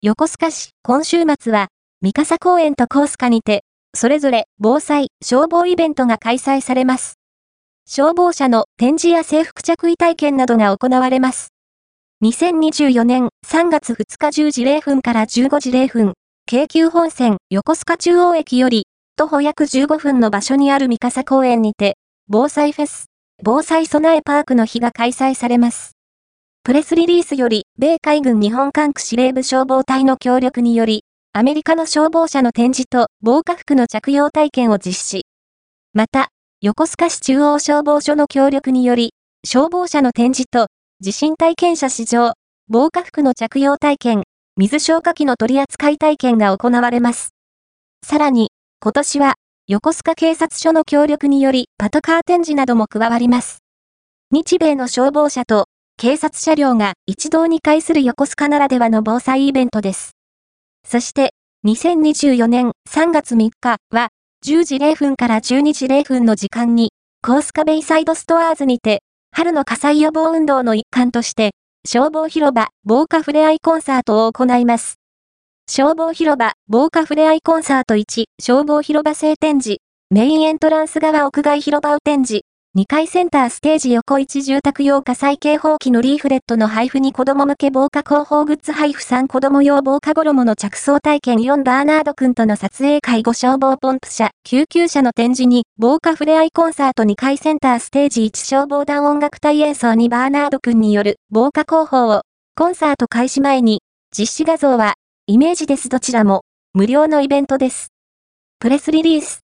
横須賀市、今週末は、三笠公園とコースカにて、それぞれ防災、消防イベントが開催されます。消防車の展示や制服着衣体験などが行われます。2024年3月2日10時0分から15時0分、京急本線横須賀中央駅より、徒歩約15分の場所にある三笠公園にて、防災フェス、防災備えパークの日が開催されます。プレスリリースより、米海軍日本管区司令部消防隊の協力により、アメリカの消防車の展示と防火服の着用体験を実施。また、横須賀市中央消防署の協力により、消防車の展示と地震体験者試乗、防火服の着用体験、水消火器の取り扱い体験が行われます。さらに、今年は、横須賀警察署の協力によりパトカー展示なども加わります。日米の消防車と警察車両が一堂に会する横須賀ならではの防災イベントです。そして、2024年3月3日は、10時0分から12時0分の時間に、コースカベイサイドストアーズにて、春の火災予防運動の一環として、消防広場防火ふれあいコンサートを行います。消防広場防火ふれあいコンサート1、消防広場製展示、メインエントランス側屋外広場を展示、2階センターステージ横1住宅用火災警報器のリーフレットの配布に子供向け防火広報グッズ配布3子供用防火衣の着想体験4バーナード君との撮影会5消防ポンプ車、救急車の展示に防火ふれあいコンサート2階センターステージ1消防団音楽隊演奏2バーナード君による防火広報をコンサート開始前に実施画像はイメージですどちらも無料のイベントです。プレスリリース